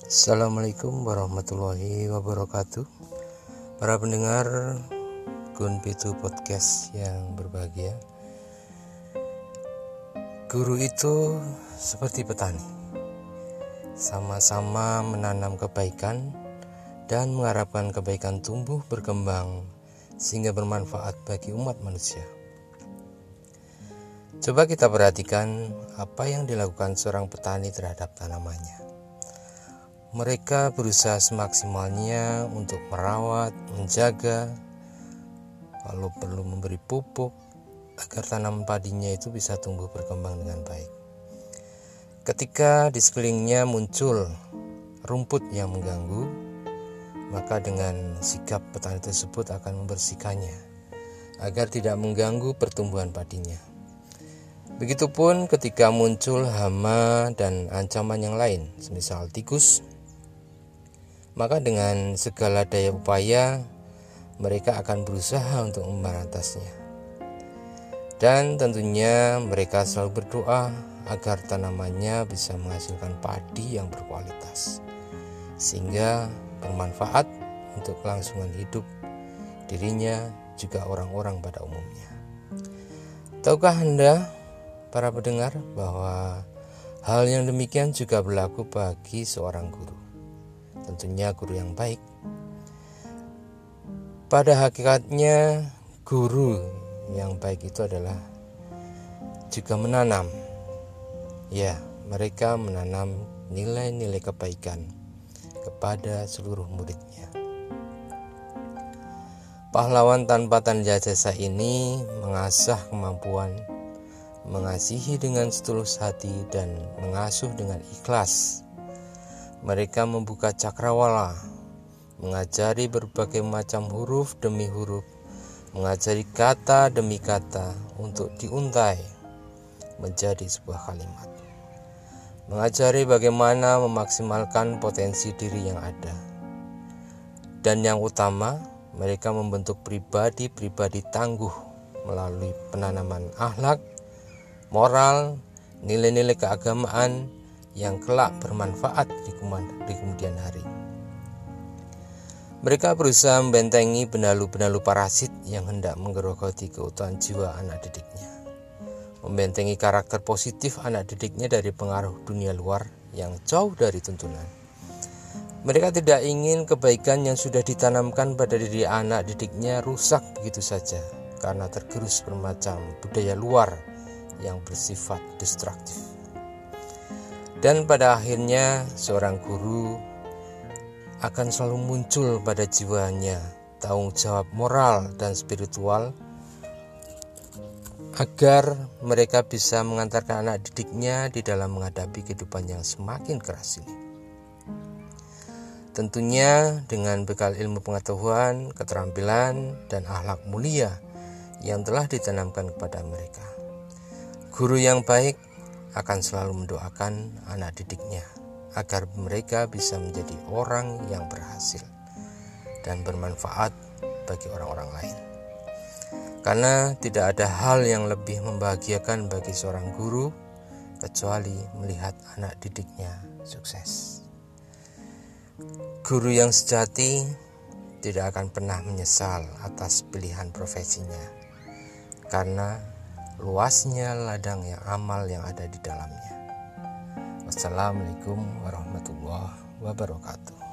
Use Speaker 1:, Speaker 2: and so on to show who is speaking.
Speaker 1: Assalamualaikum warahmatullahi wabarakatuh. Para pendengar Gunpitu Podcast yang berbahagia. Guru itu seperti petani, sama-sama menanam kebaikan dan mengharapkan kebaikan tumbuh berkembang sehingga bermanfaat bagi umat manusia. Coba kita perhatikan apa yang dilakukan seorang petani terhadap tanamannya. Mereka berusaha semaksimalnya untuk merawat, menjaga, lalu perlu memberi pupuk agar tanaman padinya itu bisa tumbuh berkembang dengan baik. Ketika di sekelilingnya muncul rumput yang mengganggu, maka dengan sigap petani tersebut akan membersihkannya agar tidak mengganggu pertumbuhan padinya. Begitupun ketika muncul hama dan ancaman yang lain, semisal tikus, maka dengan segala daya upaya mereka akan berusaha untuk memberantasnya. Dan tentunya mereka selalu berdoa agar tanamannya bisa menghasilkan padi yang berkualitas, sehingga bermanfaat untuk kelangsungan hidup dirinya juga orang-orang pada umumnya. Tahukah Anda, para pendengar, bahwa hal yang demikian juga berlaku bagi seorang guru, tentunya guru yang baik. Pada hakikatnya guru yang baik itu adalah juga menanam. Ya, mereka menanam nilai-nilai kebaikan kepada seluruh muridnya. Pahlawan tanpa tanda jasa ini mengasah kemampuan mengasihi dengan setulus hati dan mengasuh dengan ikhlas. Mereka membuka cakrawala, mengajari berbagai macam huruf demi huruf, mengajari kata demi kata untuk diuntai menjadi sebuah kalimat. Mengajari bagaimana memaksimalkan potensi diri yang ada. Dan yang utama, mereka membentuk pribadi-pribadi tangguh melalui penanaman akhlak, moral, nilai-nilai keagamaan yang kelak bermanfaat di kemudian hari. Mereka berusaha membentengi benalu-benalu parasit yang hendak menggerogoti keutuhan jiwa anak didiknya, membentengi karakter positif anak didiknya dari pengaruh dunia luar yang jauh dari tuntunan. Mereka tidak ingin kebaikan yang sudah ditanamkan pada diri anak didiknya rusak begitu saja karena tergerus bermacam budaya luar yang bersifat destruktif. Dan pada akhirnya seorang guru akan selalu muncul pada jiwanya tanggung jawab moral dan spiritual agar mereka bisa mengantarkan anak didiknya di dalam menghadapi kehidupan yang semakin keras ini. Tentunya dengan bekal ilmu pengetahuan, keterampilan, dan akhlak mulia yang telah ditanamkan kepada mereka. Guru yang baik akan selalu mendoakan anak didiknya agar mereka bisa menjadi orang yang berhasil dan bermanfaat bagi orang-orang lain. Karena tidak ada hal yang lebih membahagiakan bagi seorang guru kecuali melihat anak didiknya sukses. Guru yang sejati tidak akan pernah menyesal atas pilihan profesinya, karena luasnya ladang yang amal yang ada di dalamnya. Wassalamualaikum warahmatullahi wabarakatuh.